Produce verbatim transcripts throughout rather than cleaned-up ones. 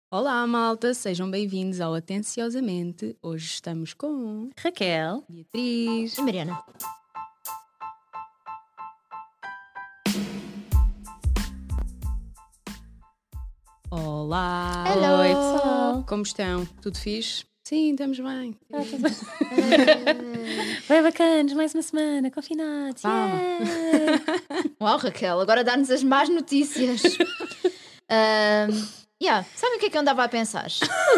Olá, malta, sejam bem-vindos ao Atenciosamente. Hoje estamos com Raquel, Beatriz e Mariana. Olá! Hello. Oi, pessoal. Como estão? Tudo fixe? Sim, estamos bem. Ah, tudo bem. Bem bacanas, mais uma semana, confinados. Ah. Yeah. Uau, Raquel, agora dá-nos as más notícias. um, yeah. Sabem o que é que eu andava a pensar?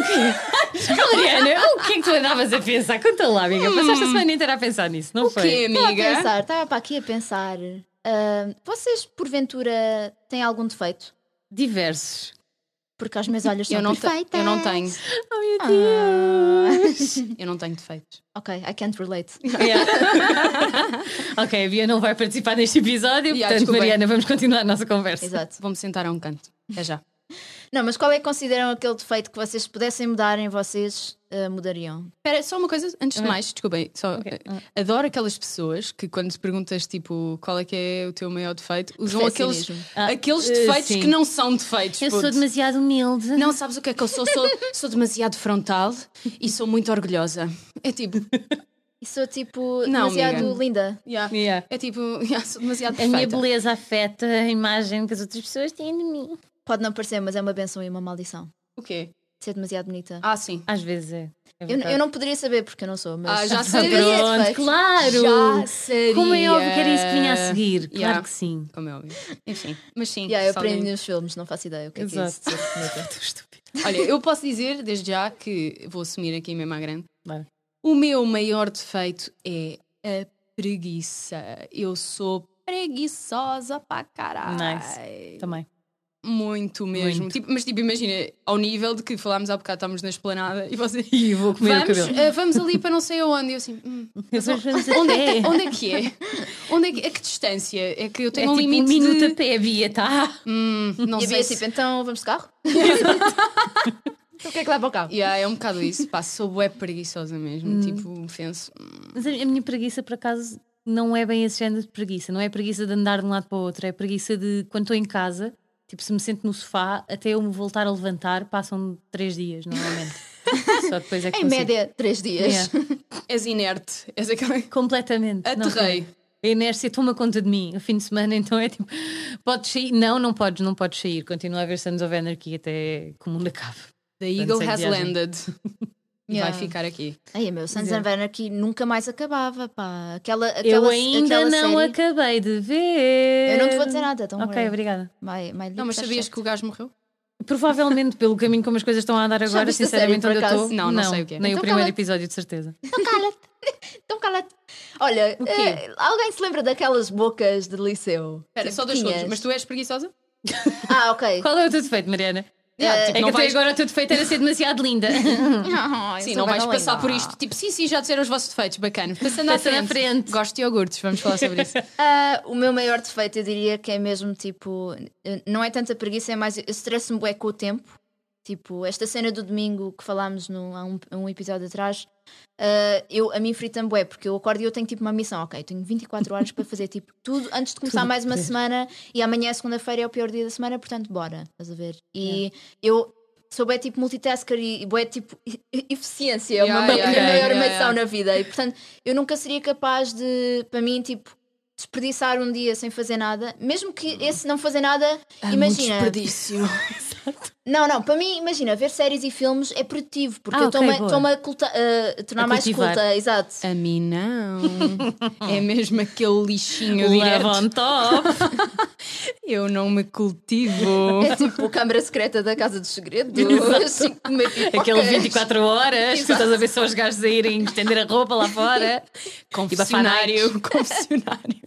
Mariana, o que é que tu andavas a pensar? Conta lá, amiga. Passaste a semana inteira a pensar nisso, não O foi? quê, Estava a amiga? pensar, estava para aqui a pensar. um, vocês, porventura, têm algum defeito? Diversos. Porque aos meus olhos são Eu não, te- perfeitas. eu não tenho. Oh, meu Ah. Deus. Eu não tenho defeitos. Ok, I can't relate. Yeah. Ok, a Bia não vai participar neste episódio, Yeah, portanto, desculpem. Mariana, vamos continuar a nossa conversa. Exato. Vou-me sentar a um canto. Até já. Não, mas qual é que consideram aquele defeito que vocês pudessem mudar em vocês, uh, mudariam? Espera, só uma coisa, antes de mais, desculpem, só, Ok. eh, adoro aquelas pessoas que quando te perguntas tipo qual é que é o teu maior defeito, usam aqueles, Perfeccionismo. Ah, aqueles eh, defeitos sim. que não são defeitos. Eu puto. sou demasiado humilde. Não sabes o que é que eu sou? Sou, sou demasiado frontal e sou muito orgulhosa. É tipo, E sou tipo Não, demasiado amiga. linda. yeah. Yeah. É tipo, yeah, sou demasiado A minha perfeita. beleza afeta a imagem que as outras pessoas têm de mim. Pode não parecer, mas é uma benção e uma maldição. O quê? Ser demasiado bonita. Ah, sim. Às vezes é. é Eu, verdade. eu não poderia saber porque eu não sou, mas Ah, já saberia sabia. esse Pronto, defeito. claro! Já seria. Como é óbvio que era isso que vinha a seguir, claro Yeah. que sim. Como é óbvio. Enfim, mas sim. Yeah, eu se alguém- aprendi nos filmes, não faço ideia o que é que é isso. Exato. de ser bonita. Tu estúpido. Olha, eu posso dizer desde já que vou assumir aqui mesmo à grande. Bora. O meu maior defeito é a preguiça. Eu sou preguiçosa pra caralho. Nice. Também. Muito mesmo. Muito. Tipo, mas tipo, imagina, ao nível de que falámos há bocado, estávamos na esplanada e você. E vou comer o Vamos, cabelo. eh, vamos ali para não sei aonde. E eu assim, hum, Eu vou fazer onde, a é que, pé. onde é que é? Onde é que, a que distância? É que eu É tenho tipo um limite um minuto de... a pé, Bia, tá? Hum, não E sei havia se... tipo, então vamos de carro? Então o que é que leva ao carro? Yeah, é um bocado isso. Pá, sou bué preguiçosa mesmo. Hum. Tipo, penso... Mas a a minha preguiça, por acaso, não é bem esse género de preguiça. Não é preguiça de andar de um lado para o outro. É preguiça de, quando estou em casa, tipo, se me sento no sofá, até eu me voltar a levantar, passam três dias, normalmente. Só depois é que Em consigo. média, três dias. Yeah. És inerte. És aquela... Completamente. Não Aterrei. sei. A inércia toma conta de mim. O fim de semana, então é tipo, podes sair? Não, não podes, não podes sair. Continua a ver Sons of Anarchy até que o mundo acabe. The Eagle sem has viagem. landed. E Yeah. vai ficar aqui. Ai, meu, Sons Yeah. of Anarchy nunca mais acabava, pá. Aquela, aquela, Eu ainda aquela não série... acabei de ver. Eu não te vou dizer nada, então Ok, obrigada. My, my Não, mas sabias que o gajo morreu? Provavelmente, pelo caminho como as coisas estão a andar agora, viste a sinceramente, série, onde por eu estou. acaso? Não, não sei o quê. Nem Então o primeiro cala-te. episódio, de certeza. Então cala-te. Então cala-te. Olha, O quê? eh, alguém se lembra daquelas bocas de liceu? Espera, Tipo, só dois segundos. tinhas? Mas tu és preguiçosa? Ah, ok. Qual é o teu defeito, Mariana? Yeah, Eh, tipo, É não que até vais... agora o teu defeito era ser demasiado linda. Ai, Sim, sou não vais bem passar linda. por isto. Tipo, sim, sim, já disseram os vossos defeitos. Bacana. Passando à Passando frente. à frente. Gosto de iogurtes. Vamos falar sobre isso. Ah, o meu maior defeito, eu diria que é mesmo tipo. eh, Não é tanta preguiça, é mais. Eu estresso-me bué com o tempo. Tipo, esta cena do domingo que falámos no, há um, um episódio atrás, ah, eu, a mim frita-me bué, porque eu acordo e eu tenho tipo uma missão. Ok, tenho vinte e quatro horas para fazer tipo tudo antes de começar Tudo mais uma poder. semana e amanhã, segunda-feira, é o pior dia da semana, portanto, bora. Estás a ver? E eu. Sou bué tipo multitasker e e bué tipo e- e- eficiência, é uma Yeah, ma- yeah, a minha yeah, maior yeah, missão yeah. na vida e portanto eu nunca seria capaz de, para mim, tipo, desperdiçar um dia sem fazer nada, mesmo que esse não fazer nada, imagina. desperdício. Não, não, para mim, imagina, ver séries e filmes é produtivo, porque Ah, eu ok, estou-me boa. estou-me a, culta- a tornar A mais cultivar. culta, exato. A mim não. É mesmo aquele lixinho Love direto. on top. Eu não me cultivo. É tipo a câmara secreta da Casa dos Segredos, assim, comer pipocas. Aquele vinte e quatro horas, que estás a ver só os gajos a irem estender a roupa lá fora. Confessionário. Confessionário.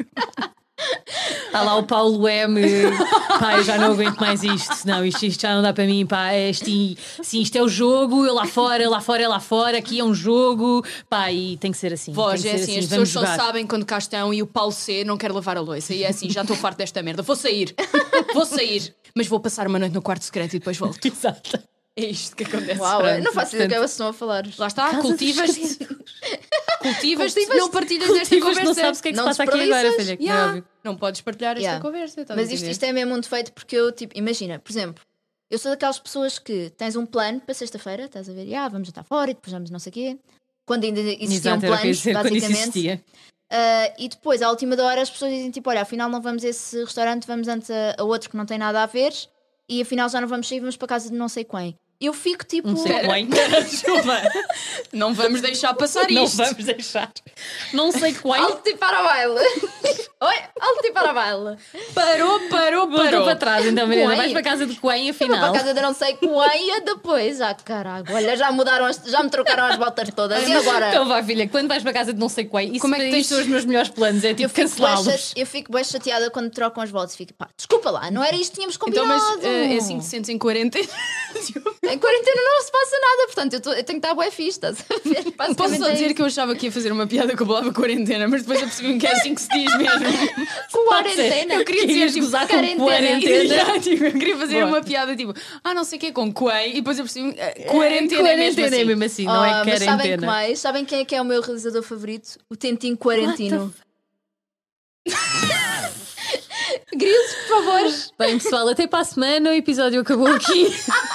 Está lá o Paulo M. Pá, eu já não aguento mais isto. Não, isto, isto já não dá para mim. Pá, este, sim, isto é o jogo. Eu lá fora, lá fora é lá fora. Aqui é um jogo. Pá, e tem que ser assim. Voz, tem é que ser assim, as vamos pessoas só jogar. sabem quando cá estão e o Paulo C não quer lavar a louça. E é assim, já estou farto desta merda. Vou sair. Vou sair. Mas vou passar uma noite no quarto secreto e depois volto. Exato. É isto que acontece. Uau, Pronto, eu não faço ideia do que portanto- elas estão a falar. Lá está, Casa dos cultivas-te. Cultivas-te, Cultivas-te. não partilhas desta Cultivas, conversa. não sabes o que é que se Não passa aqui agora, desperdiças. filha. Que é Yeah. óbvio. Não podes partilhar esta Yeah. conversa. estás a Mas isto, entender? isto é mesmo um defeito porque eu, tipo, imagina, por exemplo, Eu sou daquelas pessoas que tens um plano para sexta-feira, estás a ver, ah, vamos jantar fora e depois vamos não sei o quê. Quando ainda existiam Exato, era o que eu ia planos, dizer, quando isso basicamente. existia. Uh, e depois, à última da hora, as pessoas dizem tipo: olha, afinal não vamos a esse restaurante, vamos antes a, a outro que não tem nada a ver, e afinal já não vamos sair, vamos para casa de não sei quem. Eu fico tipo. Não sei quem. Desculpa. Não vamos deixar passar Não isto. vamos deixar. Não sei quem. Alto e para o baile! Oi, alto e para o baile! Parou, parou, Voltou parou. para trás, então, Mariana. Coen. Vais para casa de Coen, Eu vou afinal. para casa de não sei quem e depois, ah caralho, olha, já mudaram, as- já me trocaram as voltas todas. E agora? Então vá, filha, quando vais para casa de não sei quem, isso Como é que para tens- isto são os meus melhores planos, é Eu tipo fico, bué cancelá-los. chate- eu fico bem chateada quando trocam as voltas. Fico, pá, desculpa lá, não era isto que tínhamos Então, combinado. mas eh, é assim que se sentes em quarentena. Em quarentena não se passa nada, portanto eu, tô- eu tenho que estar bué fixe, estás a ver? Posso Basicamente só é dizer isso. que eu achava que ia fazer uma piada com a palavra quarentena, mas depois eu percebi que é assim que se diz mesmo. Quarentena. Eu queria dizer Querias tipo, gozar com quarentena. quarentena. Yeah, tipo, eu queria fazer Boa. uma piada tipo, ah, não sei o que é com coei, e depois eu percebi, eh, quarentena é mesmo Quarentena assim. é mesmo assim, não é Ah, mas sabem que quarentena. mais? Sabem quem é que é o meu realizador favorito? O Tentinho Quarentino. Grilos, por favor. Bem, pessoal, até para a semana, o episódio acabou aqui.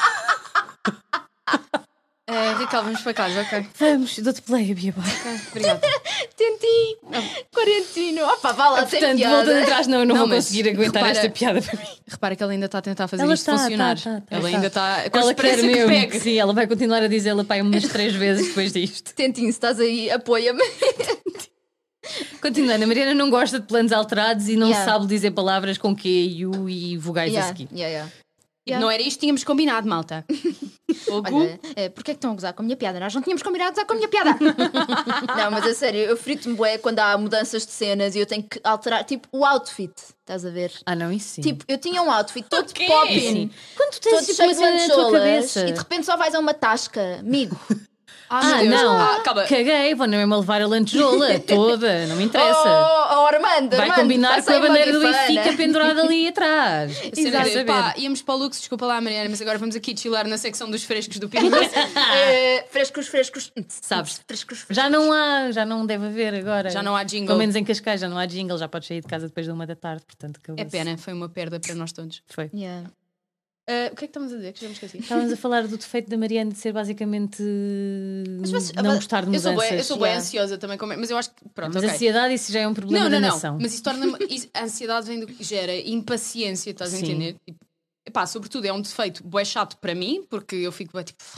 Eh, Raquel, vamos para casa, ok? Vamos, dou-te play, Bia. bora. Obrigada. Tentinho Quarentino. Opa, vá lá, tem Portanto, piada. voltando atrás, não, eu não, Não, vou mas conseguir aguentar repara- esta piada para mim. Repara que ela ainda está a tentar fazer Ela isto está, funcionar. está, está, ela está. ainda está com a Ela quer esperança que mesmo. pegue. Sim, ela vai continuar a dizê-la pai umas três vezes depois disto. Tentinho, se estás aí, apoia-me. Continuando, a Mariana não gosta de planos alterados e não Yeah. sabe dizer palavras com Q, U e vogais a Yeah, seguir. yeah, yeah. Não era isto que tínhamos combinado, malta. Fogo. Olha, é, porquê é que estão a gozar com a minha piada? Nós não tínhamos combinado a gozar com a minha piada. Não, mas a sério, eu frito-me bué quando há mudanças de cenas e eu tenho que alterar, tipo, o outfit. Estás a ver? Ah, não, isso sim. Tipo, eu tinha um outfit todo quê? popping, Sim. Quando tu todo tens tipo, cheio uma de cena na tua lantejoulas cabeça. e de repente só vais a uma tasca, amigo. Ah, Ah, meu Deus. não, Ah, calma. caguei, vou mesmo a levar a lantejola toda, não me Oh, interessa. oh, Armando, Vai Armando, combinar passa com a aí uma bandeira do bifana. Benfica pendurada ali atrás. A cena Exato, de, saber. pá, íamos para o Lux, desculpa lá, Mariana, mas agora vamos aqui chilar na secção dos frescos do Pingo. Eh, frescos, frescos. Sabes? Frescos, frescos. Já não há, já não deve haver agora. Já não há jingle. Pelo menos em Cascais já não há jingle, já podes sair de casa depois de uma da tarde, portanto acabou. É pena, foi uma perda para nós todos. Foi. Yeah. Ah, o que é que estamos a dizer? Que já me esqueci. Estávamos a falar do defeito da Mariana de ser basicamente vocês- não gostar de Eu sou mudanças. bem, eu sou bem Yeah. ansiosa também, com- mas eu acho que. Pronto, Mas ok. a ansiedade, isso já é um problema Não, não, da não. nação. Mas isso torna. isso- A ansiedade vem do que gera impaciência, estás a Sim. entender? Tipo, epá, sobretudo é um defeito bué chato para mim, porque eu fico bué tipo.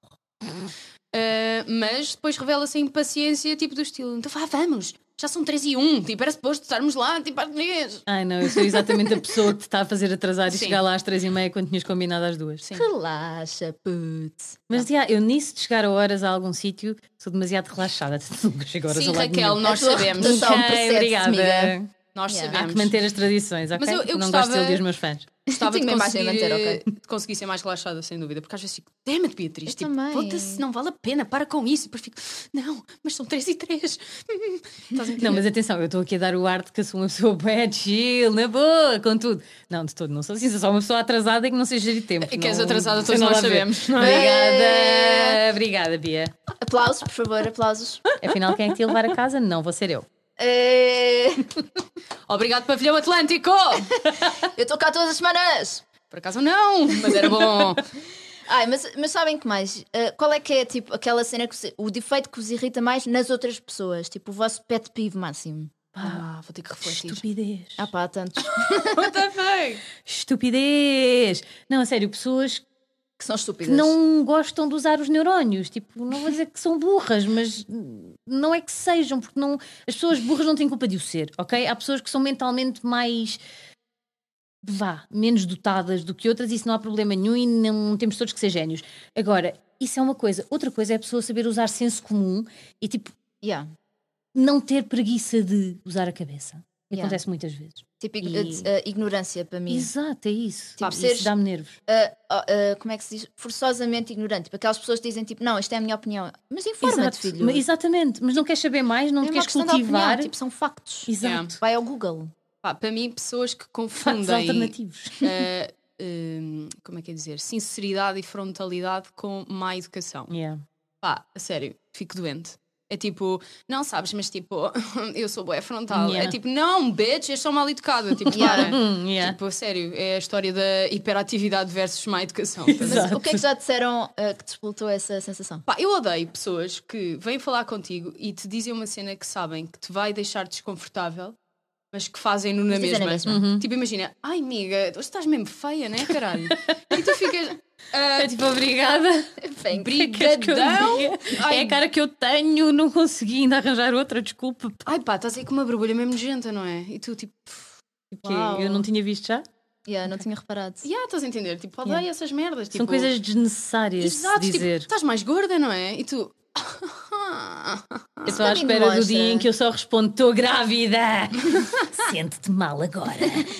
Ah, mas depois revela-se a impaciência, tipo do estilo, então vá, vamos, já são três e um, tipo, era suposto estarmos lá, tipo, às três. Ai não, eu sou exatamente a pessoa que te está a fazer atrasar e Sim. chegar lá às três e meia quando tinhas combinado às duas. Sim. Relaxa, putz. Mas já, eu nisso de chegar a horas a algum sítio sou demasiado relaxada. Nunca chego a horas Sim, a lado Raquel, nenhum. nós A tua sabemos. reputação Ok, percebe-se, obrigada. amiga. Nós Yeah. Há sabemos. que manter as tradições, ok? Mas eu- eu não gostava- gosto de iludir os meus fãs. Gostava de Tenho uma imagem conseguir, a manter, ok. de conseguir ser mais relaxada, sem dúvida, porque às vezes fico, damn-it, Beatriz, Eu tipo, também. foda-se, não vale a pena, para com isso. E depois fico, não, mas são três e três. Estás a entender? Não, mas atenção, eu estou aqui a dar o ar de que eu sou uma pessoa bem chill, na boa, com tudo. Não, de todo, não sou assim, sou só uma pessoa atrasada e que não sei gerir tempo. Que és não- atrasada, não todos tem nós nada a ver. sabemos. Obrigada, obrigada, Bia. Aplausos, por favor, aplausos. Afinal, quem é que te ia levar a casa? Não, vou ser eu. Eh, Obrigado, Pavilhão Atlântico! eu estou cá todas as semanas. Por acaso não, mas era bom. Ai, mas, mas sabem que mais? Eh, qual é que é tipo aquela cena que vos- o defeito que vos irrita mais nas outras pessoas? Tipo o vosso pet peeve máximo. Ah, vou ter que refletir. Estupidez. Ah pá, há tantos What the fuck? Estupidez. Não, a sério, pessoas que são que estúpidas. não gostam de usar os neurónios. Tipo, não vou dizer que são burras, mas não é que sejam, porque não, as pessoas burras não têm culpa de o ser, ok? Há pessoas que são mentalmente mais, vá, menos dotadas do que outras e isso não há problema nenhum e não temos todos que ser génios. Agora, isso é uma coisa. Outra coisa é a pessoa saber usar senso comum e, tipo, Yeah. não ter preguiça de usar a cabeça. Que Yeah. acontece muitas vezes. Tipo, ig- E- eh, ignorância para mim. Exato, é isso. Tipo, Isso seres- dá-me nervos. Ah, ah, ah, como é que se diz? Forçosamente ignorante. Tipo, aquelas pessoas que dizem tipo, não, isto é a minha opinião. Mas informa-te, Exato. filho. Mas- Exatamente, mas não queres saber mais, não é te uma queres questão de cultivar. opinião. Tipo, são factos. Exato. Vai ao Google. Pá, para mim, pessoas que Factos confundem alternativos. eh, hum, como é que é dizer? Sinceridade e frontalidade com má educação. Yeah. Pá, a sério, fico doente. É tipo, não sabes, mas tipo, eu sou bué frontal. Yeah. É tipo, não, bitch, és só mal educada. Tipo, Yeah. para. Hum, yeah. Tipo, a sério, é a história da hiperatividade versus má educação. Estás a ver? Mas o que é que já disseram uh, que despoltou essa sensação? Pá, eu odeio pessoas que vêm falar contigo e te dizem uma cena que sabem que te vai deixar desconfortável, mas que fazem-no na Mas dizem mesma. na mesma. Tipo, imagina, ai amiga, hoje estás mesmo feia, né, caralho? E tu ficas. ah, É tipo, obrigada. Bem, brigadão. É a cara que eu tenho, não consegui ainda arranjar outra, desculpa. Ai pá, estás aí com uma borbulha mesmo nojenta, não é? E tu, tipo, Que Uau. eu não tinha visto já. yeah, não tinha reparado. yeah, estás a entender? Tipo, odeio Yeah. essas merdas. São tipo, coisas desnecessárias Exato, de tipo, dizer. estás mais gorda, não é? E tu. Eu estou à Para mim espera do demonstra. dia em que eu só respondo: estou grávida. Sente-te mal agora.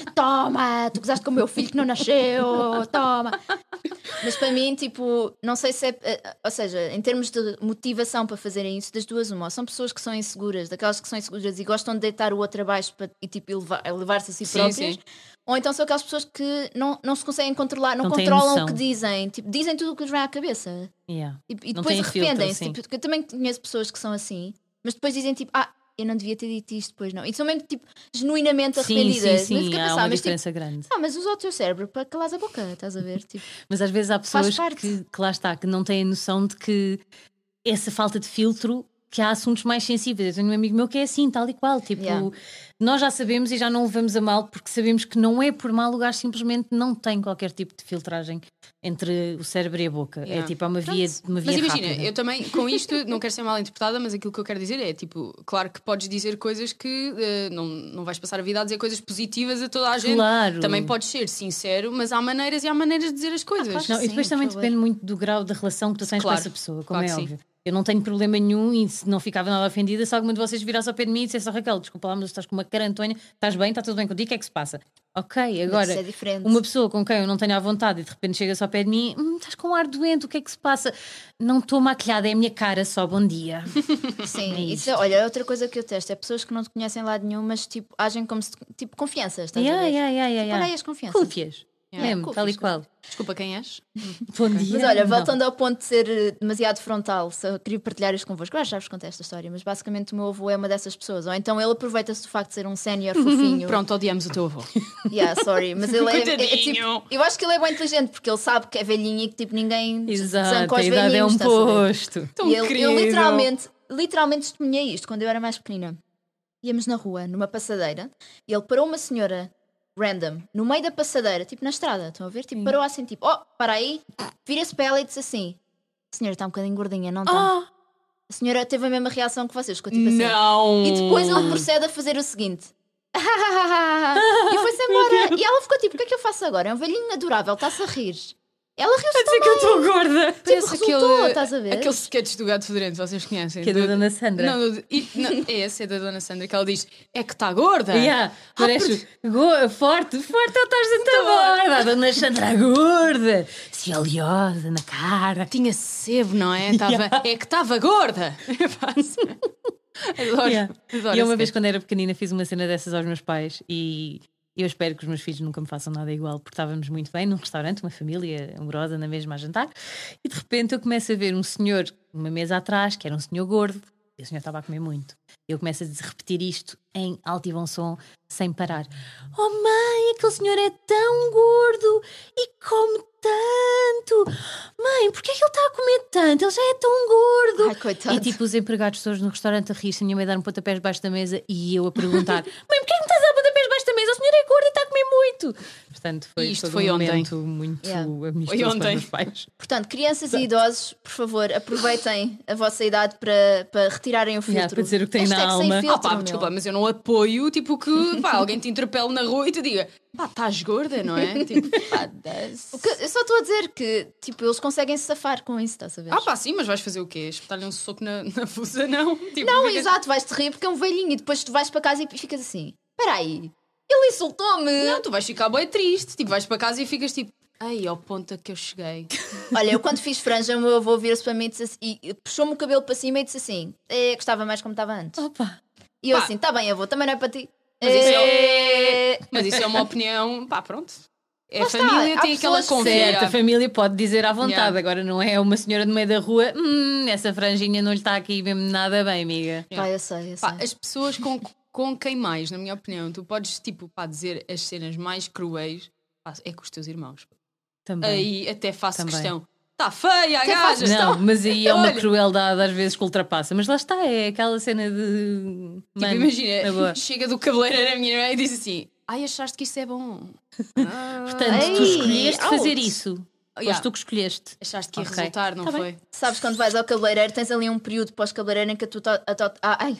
Toma, tu gozaste com o meu filho que não nasceu, toma. Mas para mim, tipo, não sei se é. eh, Ou seja, em termos de motivação para fazerem isso, das duas, uma. Ou são pessoas que são inseguras, daquelas que são inseguras e gostam de deitar o outro abaixo para, e tipo, elevar- elevar-se a si Sim, próprias. sim. Ou então são aquelas pessoas que não, não se conseguem controlar, não, Não têm controlam noção. o que dizem. Tipo, dizem tudo o que lhes vem à cabeça. Yeah. E, e Não depois têm filtro, arrependem-se. sim. Tipo, porque eu também conheço pessoas que são assim, mas depois dizem tipo, ah, eu não devia ter dito isto, depois não. E são mesmo tipo, genuinamente Sim, arrependidas. sim, Nem sim. sequer Há pensar, uma mas tipo, diferença grande. ah, mas usa o teu cérebro para calares a boca, estás a ver? Tipo, Mas às vezes há Faz pessoas parte. que, que lá está, que não têm a noção de que essa falta de filtro, que há assuntos mais sensíveis. Eu tenho um amigo meu que é assim, tal e qual. Tipo, Yeah. nós já sabemos e já não levamos a mal porque sabemos que não é por mal lugar, simplesmente não tem qualquer tipo de filtragem entre o cérebro e a boca. Yeah. É tipo, há uma via, uma via Mas imagina, rápida. eu também, com isto, não quero ser mal interpretada, mas aquilo que eu quero dizer é tipo, claro que podes dizer coisas que eh, não, não vais passar a vida a dizer coisas positivas a toda a gente. Claro. Também podes ser sincero, mas há maneiras e há maneiras de dizer as coisas. claro. Não, e Sim, depois por também favor. depende muito do grau da relação que tu tens Claro, com essa pessoa, como claro é que sim. óbvio. Eu não tenho problema nenhum e se não ficava nada ofendida se alguma de vocês virasse ao pé de mim e dissesse: "Oh, Raquel, desculpa lá, mas estás com uma cara Antónia, estás bem, está tudo bem contigo, o que é que se passa?" Ok, agora, isso é diferente. uma pessoa com quem eu não tenho à vontade e de repente chega-se ao pé de mim: hum, estás com um ar doente, o que é que se passa? Não estou maquilhada, é a minha cara só, bom dia. Sim, É isso é, olha, é outra coisa que eu testo é pessoas que não te conhecem lá de nenhum, mas tipo, agem como se tipo confianças, estás Yeah, a ver? yeah, yeah, yeah, Tipo, yeah. olha aí as confianças. Cúfias. Yeah, Mesmo, tal e cúfias, qual. Desculpa, quem és? Bom dia. Mas olha, Não. voltando ao ponto de ser eh, demasiado frontal, só queria partilhar isto convosco. Eu acho que já vos contei esta história, mas basicamente o meu avô é uma dessas pessoas. Ou então ele aproveita-se do facto de ser um sénior fofinho. Pronto, odiamos o teu avô. Yeah, sorry, mas ele é, é- é Coitadinho. tipo, eu acho que ele é bem inteligente porque ele sabe que é velhinho e que tipo ninguém Exato, zanca a aos idade é velhinhos. um estás a ver? posto. Tão E ele, querido. eu literalmente, literalmente testemunhei isto quando eu era mais pequenina. Íamos na rua, numa passadeira, e ele parou uma senhora random, no meio da passadeira, tipo na estrada, estão a ver? Tipo, parou assim, tipo, oh, para aí, vira-se para ela e disse assim: "A senhora está um bocadinho gordinha, não está?" Ah, A senhora teve a mesma reação que vocês, ficou tipo assim. Não! E depois ele procede a fazer o seguinte. E foi-se embora. E ela ficou tipo: "O que é que eu faço agora? É um velhinho adorável, está-se a rir." Ela riu-se dizer que eu estou gorda. Parece resultou, estás a ver? Aquele sketch do Gato Fedorento, vocês conhecem? Que é da Dona Sandra. Não, do- e- não, é esse, é da Dona Sandra, que ela diz: é que está gorda. Yeah, parece go- forte, forte, ou estás dentro gorda. A Dona Sandra gorda, se oleosa na cara. Tinha sebo, não é? Tava, É que estava gorda. Adoro, Yeah. adoro E eu uma esse vez, sketch. quando era pequenina, fiz uma cena dessas aos meus pais e eu espero que os meus filhos nunca me façam nada igual, porque estávamos muito bem num restaurante, uma família amorosa na mesma a jantar, e de repente eu começo a ver um senhor numa mesa atrás, que era um senhor gordo, e o senhor estava a comer muito. Eu começo a repetir isto em alto e bom som, sem parar. Oh mãe, aquele senhor é tão gordo e come tanto. Mãe, porquê é que ele está a comer tanto? Ele já é tão gordo. Ai, coitado. E tipo os empregados todos no restaurante a rir-se, a minha mãe a dar um pontapés debaixo da mesa e eu a perguntar: mãe, porquê é que me estás a dar pontapés debaixo da mesa? O senhor é gordo e está a comer muito. Portanto, foi, Isto todo foi um ontem. momento muito Yeah. amistoso Foi para os ontem. meus pais. Portanto, crianças e idosos, por favor, aproveitem a vossa idade para, para retirarem o filtro. Yeah, para dizer o que têm na Hashtag sem alma. filtro, Ah pá, meu. desculpa, mas eu não apoio, tipo, que pá, alguém te interpele na rua e te diga: pá, estás gorda, não é? Tipo, pá, das- O que- eu só estou a dizer que tipo, eles conseguem se safar com isso, estás a ver? Ah pá, sim, mas vais fazer o quê? Espetar-lhe um soco na, na fuça? Não. Tipo, Não, fica- exato, vais-te rir porque é um velhinho e depois tu vais para casa e ficas assim: espera aí, ele insultou-me. Não, tu vais ficar bem triste. Tipo, vais para casa e ficas tipo: ai, ao ponto a que eu cheguei. Olha, eu quando fiz franja, o meu avô vira-se para mim e, disse assim- e puxou-me o cabelo para cima e disse assim: é, gostava mais como estava antes. Opa! E eu Pá. assim: tá bem, avô, também não é para ti. Mas isso É... Mas isso é uma opinião, pá, pronto. É Lá a está, família, há tem aquela pessoas Certo, a confiança. família pode dizer à vontade. Yeah. Agora não é uma senhora no meio da rua. Hum, essa franjinha não lhe está aqui mesmo nada bem, amiga. Pá, eu sei, eu sei. Pá, as pessoas com, com quem mais, na minha opinião, tu podes tipo, pá, dizer as cenas mais cruéis, pá, é com os teus irmãos. Também. Aí até faço Também. questão. Está feia a Até faço gaja. Não, mas aí é uma Olha. crueldade às vezes que ultrapassa. Mas lá está, é aquela cena de. Tipo, Mano, imagina, na boa. chega do cabeleireiro a minha irmã e diz assim: ai, achaste que isso é bom? Ah, Portanto, Ei, tu escolheste ouch. fazer isso. Yeah. Foste tu que escolheste. Achaste que ia Ok. resultar, não Tá bem. foi? Sabes quando vais ao cabeleireiro, tens ali um período pós-cabeleireiro em que a tua. A tua ah, ai.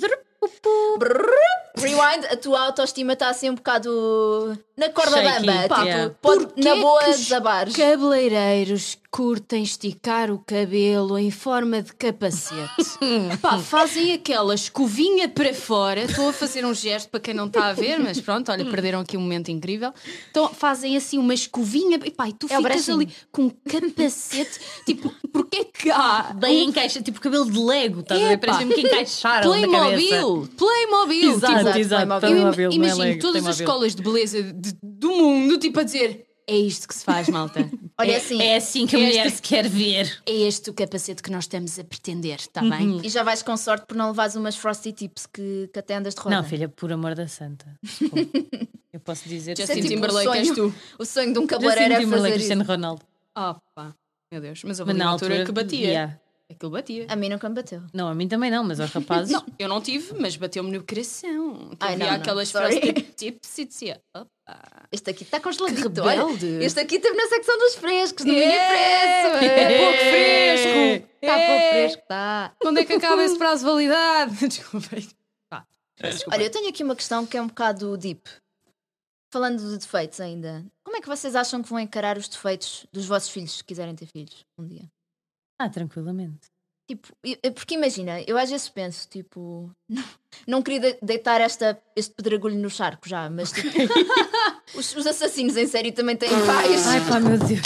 Rewind, a tua autoestima está assim um bocado na corda Shaky, bamba. pá. Tipo, Yeah. pode Porquê na boa que os desabares. Cabeleireiros curtem esticar o cabelo em forma de capacete. Pá, fazem aquela escovinha para fora. Estou a fazer um gesto para quem não está a ver, mas pronto, olha, perderam aqui um momento incrível. Então fazem assim uma escovinha e pá, e tu É o ficas bracinho. ali com um capacete. Tipo, porquê que há? Bem encaixa, tipo cabelo de Lego, estás a ver? Epá. Parece mesmo que encaixaram na cabeça. Playmobil! Playmobil! Exato, Tipo, exato. Playmobil. Playmobil, eu não é imagino Lego, todas as Playmobil. escolas de beleza de- do mundo, tipo, a dizer: é isto que se faz, malta. Olha É, assim, é assim que a Este- mulher se quer ver. É este o capacete que nós estamos a pretender, está bem? e já vais com sorte por não levares umas frosty tips que, que até andas de roda. Não, filha, por amor da santa. Desculpa. Eu posso dizer Isso é Justin tipo Timberlake o sonho, és tu. O sonho de um Justin cabeleireiro é Timberlake, fazer Cristiano isso. Ronaldo. Oh, pá, meu Deus, mas houve Mas ali na uma altura altura que batia. yeah. Aquilo batia. A mim nunca me bateu. Não, a mim também não, mas aos rapazes. Não, eu não tive, mas bateu-me no coração. Que Ai, havia não, não, aquelas sorry. frases tipo tips e dizia: opa, Este aqui está congeladito. Que Olha, rebelde. este aqui esteve na secção dos frescos, no É, mini preço. é pouco fresco. Está É. pouco fresco, está. quando é que acaba esse prazo de validade? Desculpa. Pá, desculpa. Olha, eu tenho aqui uma questão que é um bocado deep. Falando de defeitos ainda. Como é que vocês acham que vão encarar os defeitos dos vossos filhos, se quiserem ter filhos um dia? Ah, tranquilamente. Tipo, eu- porque imagina, eu às vezes penso, tipo, não, não queria de- deitar esta, este pedregulho no charco já, mas tipo, os, os assassinos em série também têm pais. Ai pá, meu Deus.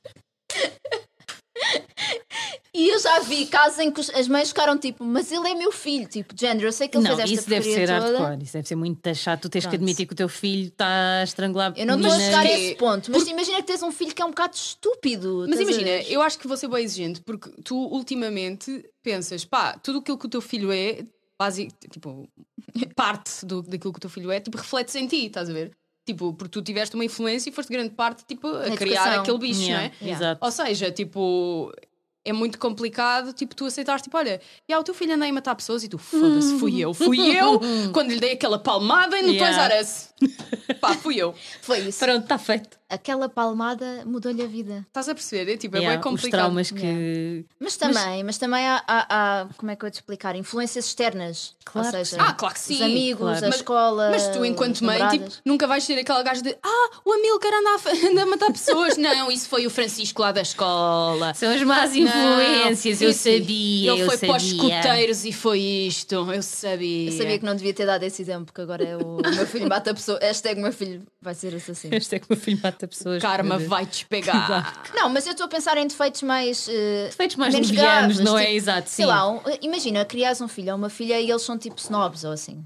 E eu já vi casos em que os- as mães ficaram tipo, mas ele é meu filho, tipo, de género, eu sei que ele Não, fez esta isso deve porcaria ser toda. hardcore. Isso deve ser muito chato. Tu tens Pronto. que admitir que o teu filho está a estrangular Eu não estou a meninas. chegar a Porque- esse ponto, mas imagina que tens um filho que é um bocado estúpido. Mas estás a imagina, ver? eu acho que vou ser bem exigente, porque tu ultimamente pensas, pá, tudo aquilo que o teu filho é, base, tipo, parte do, daquilo que o teu filho é, tipo, reflete-se em ti, estás a ver? Tipo, porque tu tiveste uma influência e foste grande parte, tipo, a Na criar educação. aquele bicho, Yeah, não é? Yeah. Exato. Ou seja, tipo, é muito complicado, tipo, tu aceitares, tipo, olha, já, o teu filho anda aí a matar pessoas e tu, foda-se, fui eu, fui eu, quando lhe dei aquela palmada e no Yeah. Toys R Us. Pá, fui eu. Foi isso. Pronto, está feito. Aquela palmada mudou-lhe a vida. Estás a perceber? É tipo, é Yeah, bem os complicado. traumas que. Mas também, mas, também há, há- há- como é que eu ia te explicar? Influências externas. Claro Ou que seja, Ah, claro que sim. os amigos, claro. a Mas- escola. Mas tu, enquanto as mãe, tipo, namoradas. nunca vais ser aquela gaja de ah, o Amilcar anda a, fa- anda a matar pessoas. Não, isso foi o Francisco lá da escola. São as más influências, Não, eu sim, sim. sabia. Ele eu foi para os sabia. escuteiros e foi isto. Eu sabia. Eu sabia que não devia ter dado esse exemplo, porque agora é o, o meu filho mata a pessoa. Hashtag meu filho vai ser assassino. Este é que o meu filho mata pessoas. Karma meu Deus. vai despegar. Não, mas eu estou a pensar em defeitos mais. eh, Defeitos mais menos levianos, graves, não é? tipo, Exato, Sei sim. lá, um- imagina, criares um filho ou uma filha e eles são tipo snobs ou assim.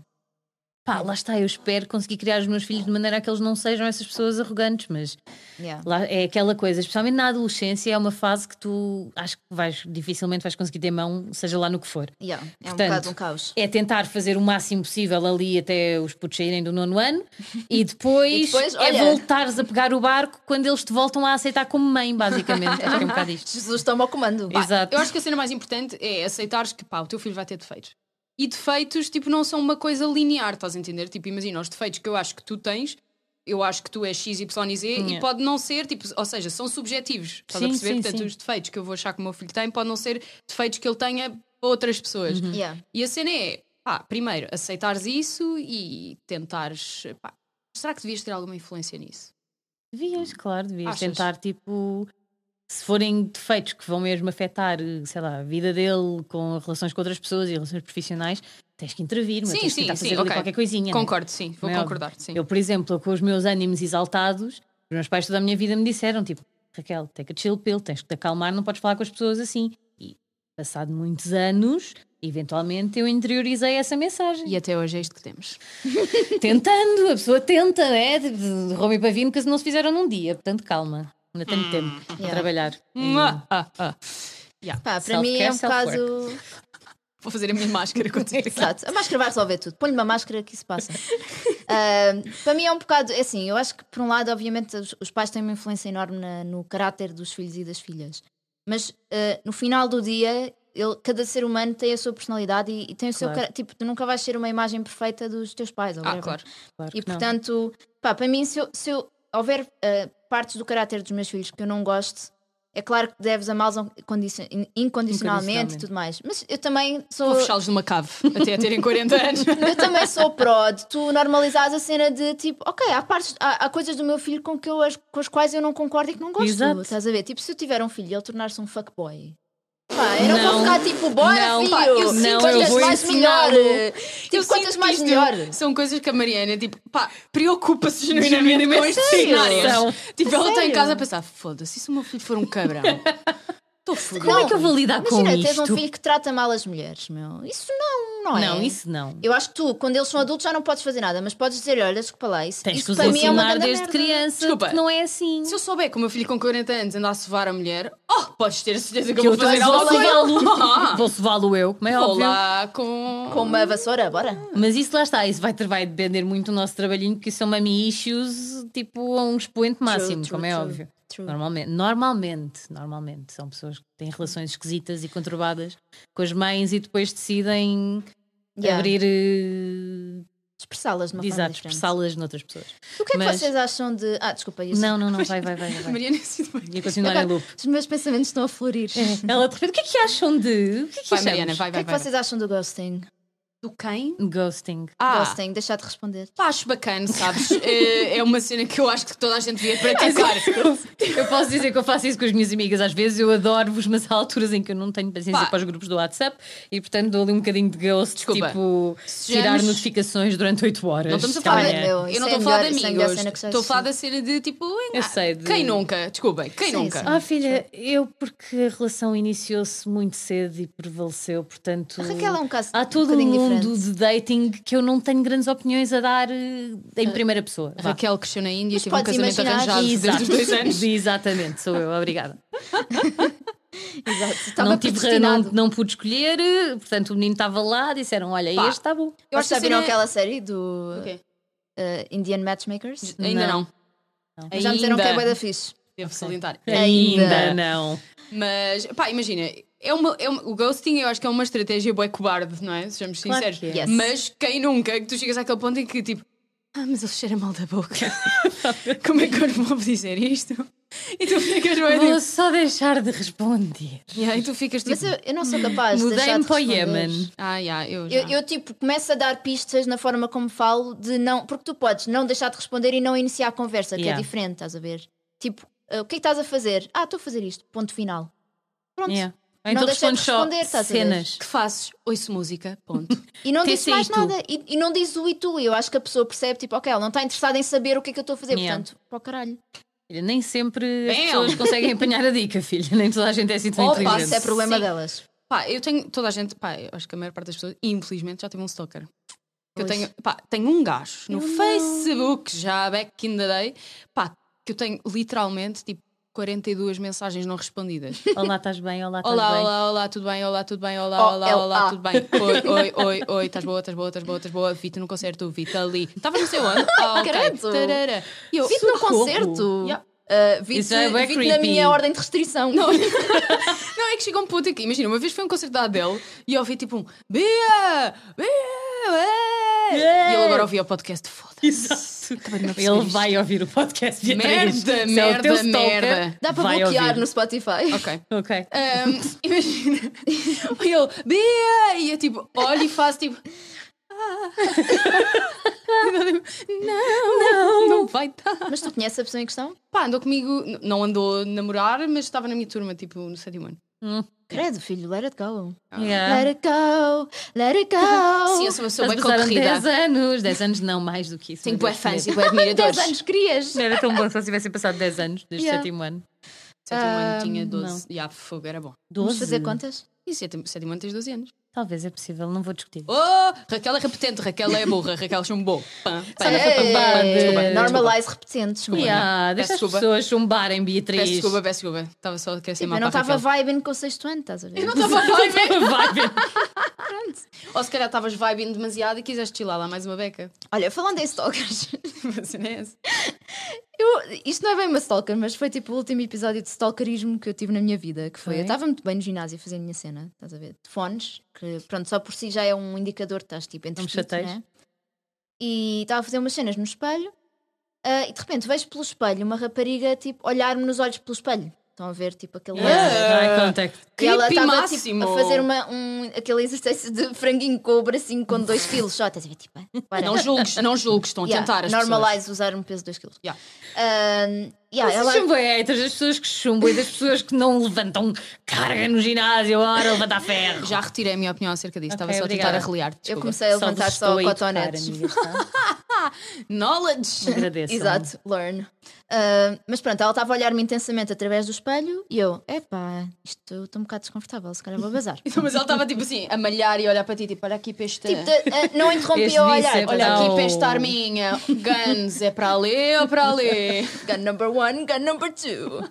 Pá, lá está, eu espero conseguir criar os meus filhos de maneira a que eles não sejam essas pessoas arrogantes, mas Yeah. lá é aquela coisa, especialmente na adolescência, é uma fase que tu acho que vais, dificilmente vais conseguir ter mão, seja lá no que for. Yeah, é Portanto, um bocado um caos. É tentar fazer o máximo possível ali até os putos saírem do nono ano e depois, E depois, é olha- voltares a pegar o barco quando eles te voltam a aceitar como mãe, basicamente. Acho que é um bocado isto. Jesus toma o comando. Pá, Exato. Eu acho que a cena mais importante é aceitares que pá, o teu filho vai ter defeitos. E defeitos, tipo, não são uma coisa linear, estás a entender? Tipo, imagina, os defeitos que eu acho que tu tens, eu acho que tu és X, Y e Z, Yeah. e pode não ser, tipo, ou seja, são subjetivos. Estás Sim, a perceber? sim, Portanto, sim. os defeitos que eu vou achar que o meu filho tem, pode não ser defeitos que ele tenha para outras pessoas. Yeah. E a cena é, pá, primeiro, aceitares isso e tentares, pá, será que devias ter alguma influência nisso? Devias, claro, devias Achas? tentar, tipo, se forem defeitos que vão mesmo afetar, sei lá, a vida dele com relações com outras pessoas e relações profissionais, tens que intervir, mas Sim, tens que sim, tentar sim, fazer ali ok. qualquer coisinha. né? Concordo, sim, vou Não é concordar, óbvio. sim. Eu, por exemplo, com os meus ânimos exaltados, os meus pais toda a minha vida me disseram, tipo, Raquel, take a chill pill, tens que te acalmar, não podes falar com as pessoas assim. E passado muitos anos, Eventualmente eu interiorizei essa mensagem. E até hoje é isto que temos. Tentando, a pessoa tenta, né? De, de Roma e Pavino, que não se fizeram num dia. Portanto, calma. Ainda tenho hum, tempo para yeah. trabalhar. Ah, ah, ah. Yeah. Pá, para mim é um bocado. Vou fazer a minha máscara contigo. Exato, a máscara vai resolver tudo. Põe-lhe uma máscara que isso passa. uh, para mim é um bocado. É assim, eu acho que por um lado, obviamente, os, os pais têm uma influência enorme na, no caráter dos filhos e das filhas. Mas uh, no final do dia. Ele, cada ser humano tem a sua personalidade e, e tem o seu claro. cara, tipo, tu nunca vais ser uma imagem perfeita dos teus pais. Ou ah, claro. claro e portanto, pá, para mim, se eu, se eu houver uh, partes do caráter dos meus filhos que eu não gosto, é claro que deves amá-los incondicionalmente, incondicionalmente e tudo mais. Mas eu também sou. Vou fechá-los numa cave até a terem quarenta anos. Eu também sou pró de tu normalizares a cena de tipo, ok, há, partes, há, há coisas do meu filho com, que eu, com as quais eu não concordo e que não gosto. Exato. Estás a ver? Tipo, se eu tiver um filho e ele tornar-se um fuckboy. Pá, eu não, não vou ficar tipo, bora não, filho, pá, eu não, quantas eu vou mais melhor. Tipo, quantas mais melhor. São coisas que a Mariana, tipo, pá, preocupa-se genuinamente com estes cenários. Tipo, ela está em casa a pensar, foda-se, se o meu filho for um cabrão, estou fodida. Como é que eu vou lidar com imagina, isto? Imagina, tens um filho que trata mal as mulheres, meu. Isso não, não é. Não, isso não. Eu acho que tu, quando eles são adultos, já não podes fazer nada, mas podes dizer, olha, desculpa lá, isso, tens isso que os para mim é uma ensinar grande desde merda. criança. Desculpa, que não é assim. Se eu souber que o meu filho com quarenta anos anda a sovar a mulher, oh, podes ter a certeza que, que eu vou fazer algo com ele. Vou sová-lo eu, como é vou óbvio. lá com... Com uma vassoura, bora. Mas isso lá está, isso vai, ter, vai depender muito do nosso trabalhinho, porque são mami issues, tipo, a um expoente máximo, true, como é true, óbvio. True. Normalmente, normalmente, normalmente, são pessoas que têm relações esquisitas e conturbadas com as mães e depois decidem Yeah. abrir. Uh, expressá-las de uma exato, forma diferente. expressá-las noutras pessoas. O que é que Mas... vocês acham de. Ah, desculpa, isso. Não, não, não, vai, vai, vai. vai. Mariana, assim, vai. Ia continuar em loop. Os meus pensamentos estão a florir. É. Ela de repente, o que é que acham de. O que é que vai, achamos? Mariana, vai, O que vai. é que vai, vocês acham do ghosting? Do quem? Ghosting. Ah, Ghosting, deixar de responder. pá, acho bacana, sabes? é, é uma cena que eu acho que toda a gente devia praticar. Eu posso dizer que eu faço isso com as minhas amigas às vezes, eu adoro-vos, mas há alturas em que eu não tenho paciência Pá. para os grupos do WhatsApp e portanto dou ali um bocadinho de ghost, Desculpa. tipo Sejamos... tirar notificações durante oito horas. Não estamos a Tá falar bem? de... Meu, Eu isso não é estou a falar melhor- de isso é a melhor amigos. cena que já Estou a falar existiu. da cena de tipo. Eu sei de- Quem nunca? Desculpem, quem Sim, nunca? sim. Ah, filha, eu porque a relação iniciou-se muito cedo e prevaleceu, portanto. A Raquel é um caso Há um todo um bocadinho mundo diferente. de dating que eu não tenho grandes opiniões a dar eh, em primeira pessoa. A Vá. Raquel cresceu na Índia, Mas teve um podes casamento imaginar- arranjado Exato. desde os dois anos. Exatamente, sou eu, obrigada. Exato. Estava Não, tive, não, predestinado. não pude escolher, eh, portanto o menino estava lá, disseram: olha, Pá. este está bom. Eu acho Vocês que já a viram cena- aquela série do O quê? uh, Indian Matchmakers? Ainda não. Não. Já me disseram que é Ainda. bué da fixe. Devo salientar. Ainda não. Mas, pá, imagina, é uma, é uma- o ghosting eu acho que é uma estratégia bué cobarde, não é? Sejamos Claro sinceros. que é. Yes. Mas quem nunca, que tu chegas àquele ponto em que tipo, ah, mas ele cheira mal da boca. Como é que eu não vou dizer isto? E tu ficas bem Vou tipo, só deixar de responder. yeah, e tu ficas tipo, Mas eu, eu não sou capaz de deixar Mudei-me de para o responder. Iémen. ah, yeah, eu já. Eu, eu, tipo, começo a dar pistas na forma como falo de não. Porque tu podes não deixar de responder e não iniciar a conversa, que Yeah. é diferente, estás a ver? Tipo, ah, o que é que estás a fazer? Ah, estou a fazer isto. Ponto final. Pronto. Yeah. Ou Não então deixei de respondes só responder, estás a ver? cenas. Que fazes? Ouço música, ponto. E não T dizes C mais e tu. nada. E, e não dizes o e tu. E eu acho que a pessoa percebe, tipo, ok, ela não está interessada em saber o que é que eu estou a fazer. Yeah. Portanto, para o caralho. Filha, nem sempre as Bam! pessoas conseguem apanhar a dica, filha. Nem toda a gente é assim tão Opa, inteligente. Isso é problema Sim. delas. Pá, eu tenho, toda a gente, pá, eu acho que a maior parte das pessoas, infelizmente, já teve um stalker. Que eu Pois. tenho, pá, tenho um gajo no Eu não. Facebook, já back in the day, pá, que eu tenho literalmente, tipo, quarenta e duas mensagens não respondidas. Olá, estás bem? Olá, estás Olá, bem? olá, olá, tudo bem? Olá, tudo bem? Olá, Oh, olá, L olá, A. tudo bem? Oi, oi, oi, oi, estás boa, estás boa, estás boa, estás boa, vi-te no concerto, vi-te ali. Estavas no seu ano? Ah, ok. Credo. Tarara. E eu, Vi-te no socorro. concerto. Yeah. Uh, vi-te Isso é bué vi-te na creepy. minha ordem de restrição. Não, não, é que chega um ponto aqui. Imagina, uma vez foi um concerto da Adele e eu ouvi tipo um Bia! Bia! ué!" E ele agora ouvia o podcast. Foda-se. Exato. Acabei de me aperceber Ele isto. vai ouvir o podcast dia três. Merda, Se é o teu merda, stalker, merda. Dá para vai bloquear ouvir. no Spotify. Ok. Ok. Um, imagina, e ele, Bia! E eu tipo, olho e faço tipo. "Ah." E eu, tipo, não, não, não vai dar. Mas tu conheces a pessoa em questão? Pá, andou comigo, n- não andou a namorar, mas estava na minha turma, tipo, no sétimo ano. Hum. Credo, filho, let it go. Yeah. Let it go, let it go. Sim, eu sou uma pessoa Mas bem passaram concorrida. dez anos. dez anos não, mais do que isso. Tenho meu bué Deus, fãs e meu bué admiradores. dez anos querias. Não era tão bom se eles tivessem passado dez anos, desde o Yeah. sétimo ano. Sétimo ano Ah, tinha não. doze. E a fogo era bom. Vamos doze. fazer contas? E sétimo, sétimo ano tens doze anos. Talvez é possível, não vou discutir. Oh, Raquel é repetente, Raquel é burra, Raquel chumbou. Pã, pã, Sabe, pã, foi para pã, bar pã. de- Desculpa, Normalize repetentes. Desculpa. Yeah, deixa Peço as desculpa. pessoas chumbarem, Beatriz. Peço desculpa, peço desculpa. Estava só a querer ser Tipo, má eu não para a estava Raquel. vibing com o sexto ano, estás a ver? Não estava vibing. Vai ver. Ou se calhar estavas vibing demasiado e quiseste chilar lá mais uma beca. Olha, falando em stalkers, Mas não é essa. eu, isto não é bem uma stalker, mas foi tipo o último episódio de stalkerismo que eu tive na minha vida. Que foi, Foi? eu estava muito bem no ginásio a fazer a minha cena, estás a ver? De fones, que pronto, só por si já é um indicador que estás tipo entre Não me tudo, chateies. né? E estava a fazer umas cenas no espelho ah, e de repente vejo pelo espelho uma rapariga tipo olhar-me nos olhos pelo espelho. Estão a ver tipo aquele. Yeah, eye contact. E ela Creepy estava máximo. tipo, a fazer uma, um, aquele exercício de franguinho com o bracinho com dois quilos só. Estás a ver? Tipo, para. Não julgues, não julgues, estão a Yeah, tentar as normalize usar um peso de dois quilos. Yeah. Um, yeah, Vocês ela... são bem haters, das pessoas que chumbam e das pessoas que não levantam carga no ginásio, ora levantar ferro. pessoas. Já retirei a minha opinião acerca disso, Ok, estava só a obrigada. tentar arreliar. Eu Desculpa. comecei a Só levantar vos só, estou a educar, cotonetes. amigas, tá? Knowledge! Agradeço. Exato, learn. Uh, mas pronto, ela estava a olhar-me intensamente através do espelho e eu, epá, isto estou um bocado desconfortável, se calhar vou bazar. Então, mas ela estava tipo assim, a malhar e olhar para ti, tipo, olha aqui para este. Tipo, de- uh, não Este interrompia a olhar. bíceps, Olha Não. aqui para esta arminha. Guns, é para ali ou para ali? Gun number one, gun number two.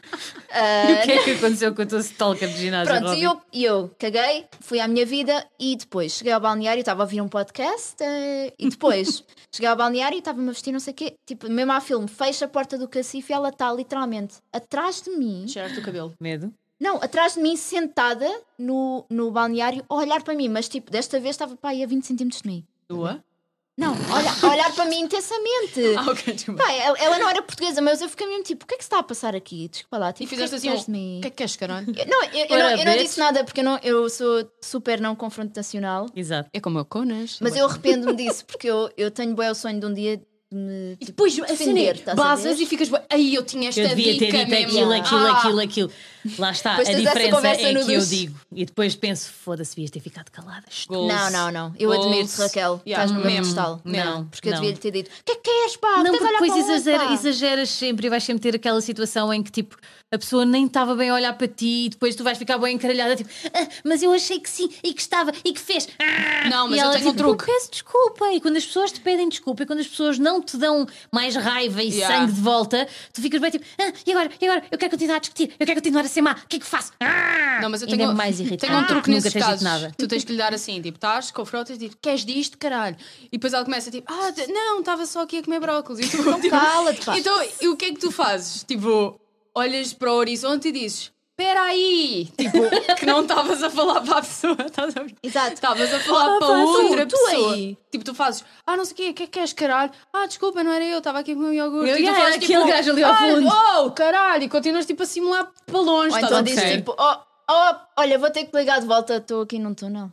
E o que é que aconteceu com a tua stalker de ginásio? Pronto, Robbie? e eu, e eu caguei, fui à minha vida e depois cheguei ao balneário, estava a ouvir um podcast eh, e depois cheguei ao balneário e estava-me a vestir não sei o quê, tipo, mesmo à filme, fecha a porta do cacife e ela está literalmente atrás de mim, Cheirar-te o cabelo. Medo? não, atrás de mim, sentada no, no balneário, a olhar para mim, mas tipo, desta vez estava pá, aí a vinte centímetros de mim. Tua? Não, olha, a olhar para mim intensamente. Ah, ok, desculpa. Pá, ela, ela não era portuguesa, mas eu fiquei mesmo tipo, o que é que se está a passar aqui? Desculpa lá, tipo, E fizeste o que é assim, que queres de mim? o que é que queres, caralho? Eu- Não, eu, eu Ora, não, eu não bitch. disse nada porque eu, não, eu sou super não confrontacional. Exato. É como eu conas. Mas eu arrependo-me disso porque eu, eu tenho bem o sonho de um dia de me E tipo, depois, a cena defender, é, estás a basas ver? e ficas... bué, Aí eu tinha esta Eu devia ter dica dito mesmo. aquilo, aquilo, Ah, aquilo, aquilo. Lá está, Depois a tens essa diferença conversa é no que eu duche. digo. E depois penso, foda-se, devias ter ficado calada. estúpida. Goals. Não, não, não. Eu Goals. admiro-te, Raquel. Yeah, Estás no meu mesmo. pedestal. Não, Porque eu não. devia lhe ter dito: o que é que queres, pá? Não, Tens de porque olhar depois para onde, exagera, pá?" exageras sempre e vais sempre ter aquela situação em que tipo a pessoa nem estava bem a olhar para ti e depois tu vais ficar bem encralhada, tipo, "Ah, mas eu achei que sim e que estava e que fez. Ah!" Não, mas E eu ela, tenho um tipo, truque. Peço desculpa. E quando as pessoas te pedem desculpa e quando as pessoas não te dão mais raiva e Yeah. sangue de volta, tu ficas bem tipo, ah, e agora? E agora? Eu quero continuar a discutir, eu quero continuar a ser má, o que é que faço? Ah! Não, mas eu Ainda tenho, é mais irritante. tenho um truque Nunca nesses tens dito casos. nada. Tu tens que lhe dar assim, tipo, estás, confrontas e tipo, queres disto, caralho? E depois ela começa tipo, ah, t- não, estava só aqui a comer brócolis. E tu, tipo, cala-te, pá. Então, e o que é que tu fazes? Tipo, olhas para o horizonte e dizes, espera aí! Tipo, que não estavas a falar para a pessoa, estás a ver? Exato. Estavas a falar Ah, para pá, tu- outra tu pessoa. aí. Tipo, tu fazes, ah, não sei o quê, o que é que queres, caralho? Ah, desculpa, não era eu, estava aqui a comer um iogurte. Eu- E tu yeah, fazes, aquele tipo, gajo ali ao "Ah, fundo." Oh, caralho! E continuas tipo a simular para longe. Ou estás então a dizes perceber? tipo: oh, oh, olha, vou ter que ligar de volta, estou aqui num túnel.